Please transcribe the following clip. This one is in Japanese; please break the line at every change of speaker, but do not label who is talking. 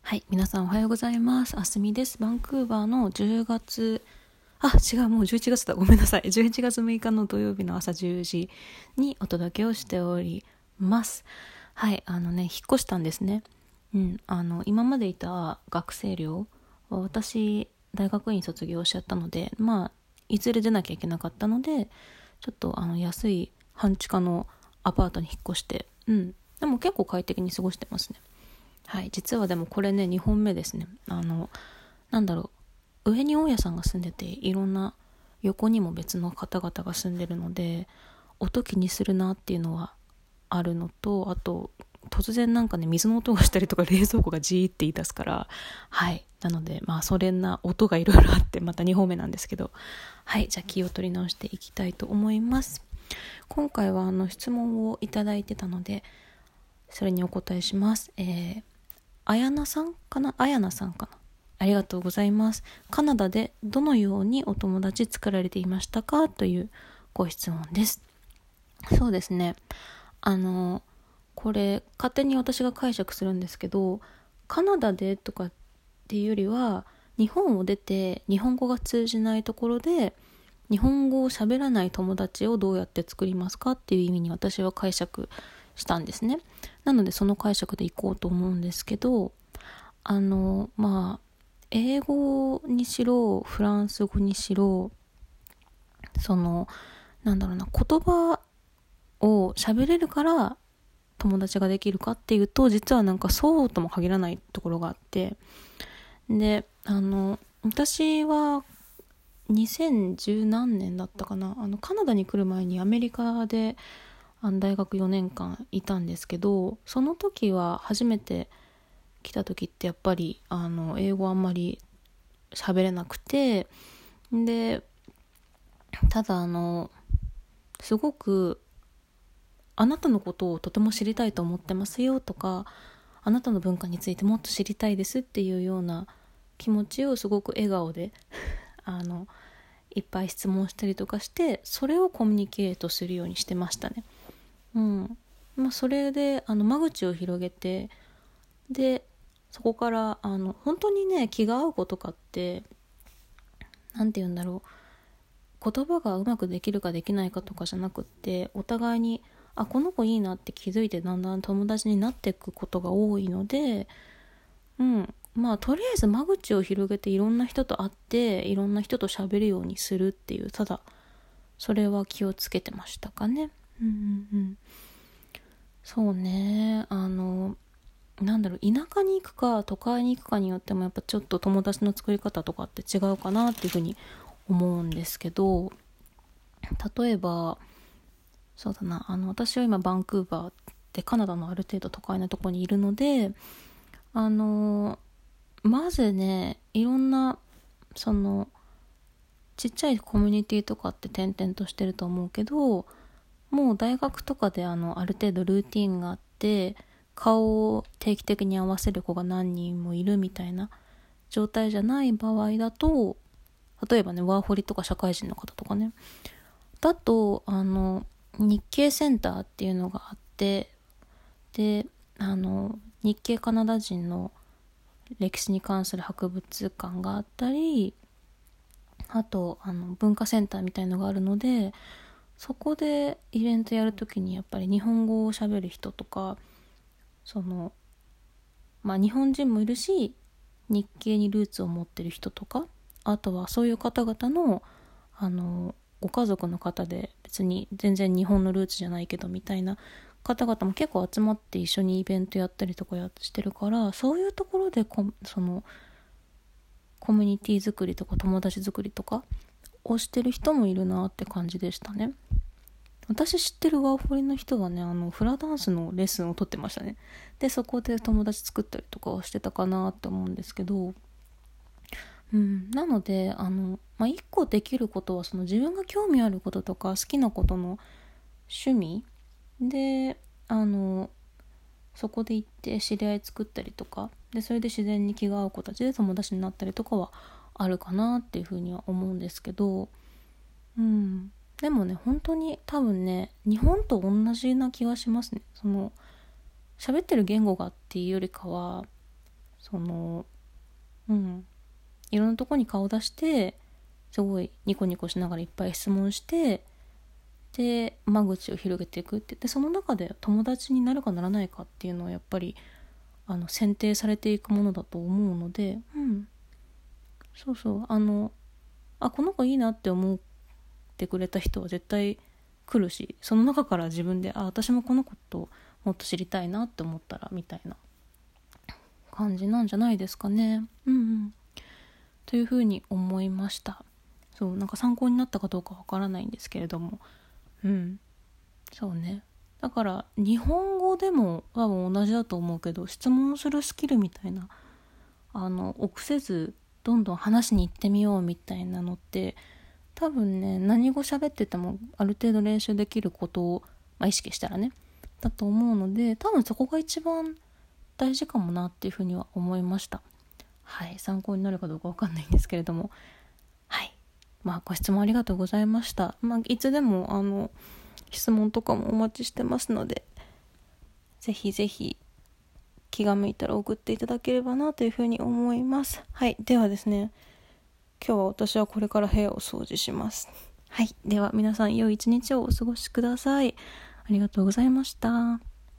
はい、皆さんおはようございます。あすみです。バンクーバーの10月、もう11月だ。ごめんなさい。11月6日の土曜日の朝10時にお届けをしております。はい、引っ越したんですね。今までいた学生寮は私、大学院卒業しちゃったので、いずれ出なきゃいけなかったので、ちょっと安い半地下のアパートに引っ越して、でも結構快適に過ごしてますね。はい、実はでもこれね2本目ですね。上に大家さんが住んでて、いろんな横にも別の方々が住んでるので音気にするなっていうのはあるのと、あと突然水の音がしたりとか冷蔵庫がジーって言い出すから、はいなのでそれな音がいろいろあってまた2本目なんですけど、はいじゃあ気を取り直していきたいと思います。今回は質問をいただいてたのでそれにお答えします。あやなさんかなありがとうございます。カナダでどのようにお友達作られていましたかというご質問です。そうですね。これ勝手に私が解釈するんですけど、カナダでとかっていうよりは、日本を出て日本語が通じないところで日本語を喋らない友達をどうやって作りますかっていう意味に私は解釈したんですね。なのでその解釈でいこうと思うんですけど、英語にしろフランス語にしろ、言葉を喋れるから友達ができるかっていうと、実はそうとも限らないところがあって、で私は2010何年だったかな、カナダに来る前にアメリカで大学4年間いたんですけど、その時は初めて来た時ってやっぱり英語あんまり喋れなくて、でただすごくあなたのことをとても知りたいと思ってますよとか、あなたの文化についてもっと知りたいですっていうような気持ちをすごく笑顔でいっぱい質問したりとかして、それをコミュニケートするようにしてましたね。それで間口を広げて、でそこから本当にね気が合う子とかって言葉がうまくできるかできないかとかじゃなくって、お互いにこの子いいなって気づいてだんだん友達になっていくことが多いので、とりあえず間口を広げていろんな人と会っていろんな人と喋るようにするっていう、ただそれは気をつけてましたかね。そうね、田舎に行くか都会に行くかによってもやっぱちょっと友達の作り方とかって違うかなっていうふうに思うんですけど、例えばそうだな、私は今バンクーバーでカナダのある程度都会なところにいるので、まずねいろんなちっちゃいコミュニティとかって点々としてると思うけど、もう大学とかである程度ルーティンがあって、顔を定期的に合わせる子が何人もいるみたいな状態じゃない場合だと、例えばねワーホリとか社会人の方とかねだと日系センターっていうのがあって、で日系カナダ人の歴史に関する博物館があったり、あと文化センターみたいのがあるので、そこでイベントやるときにやっぱり日本語を喋る人とか、日本人もいるし日系にルーツを持ってる人とか、あとはそういう方々のご家族の方で別に全然日本のルーツじゃないけどみたいな方々も結構集まって一緒にイベントやったりとかしてるから、そういうところでコミュニティ作りとか友達作りとかをしてる人もいるなって感じでしたね。私知ってるワーホリの人はねフラダンスのレッスンを取ってましたね。でそこで友達作ったりとかはしてたかなって思うんですけど、なので一個できることは自分が興味あることとか好きなことの趣味でそこで行って知り合い作ったりとかで、それで自然に気が合う子たちで友達になったりとかはあるかなっていうふうには思うんですけど、でもね本当に多分ね日本と同じな気がしますね。喋ってる言語がっていうよりかはいろんなとこに顔出してすごいニコニコしながらいっぱい質問して、で間口を広げていくって言って、その中で友達になるかならないかっていうのはやっぱり選定されていくものだと思うので、そうそうこの子いいなって思ってくれた人は絶対来るし、その中から自分で私もこの子ともっと知りたいなって思ったらみたいな感じなんじゃないですかね。というふうに思いました。そうなんか参考になったかどうかわからないんですけれども、そうね。だから日本語でも多分同じだと思うけど、質問するスキルみたいな臆せずどんどん話に行ってみようみたいなのって多分ね、何語喋っててもある程度練習できることを、意識したらねだと思うので、多分そこが一番大事かもなっていうふうには思いました。参考になるかどうかわかんないんですけれども、ご質問ありがとうございました。いつでも質問とかもお待ちしてますので、ぜひぜひ気が向いたら送っていただければなというふうに思います。ではですね、今日は私はこれから部屋を掃除します。では皆さん良い一日をお過ごしください。ありがとうございました。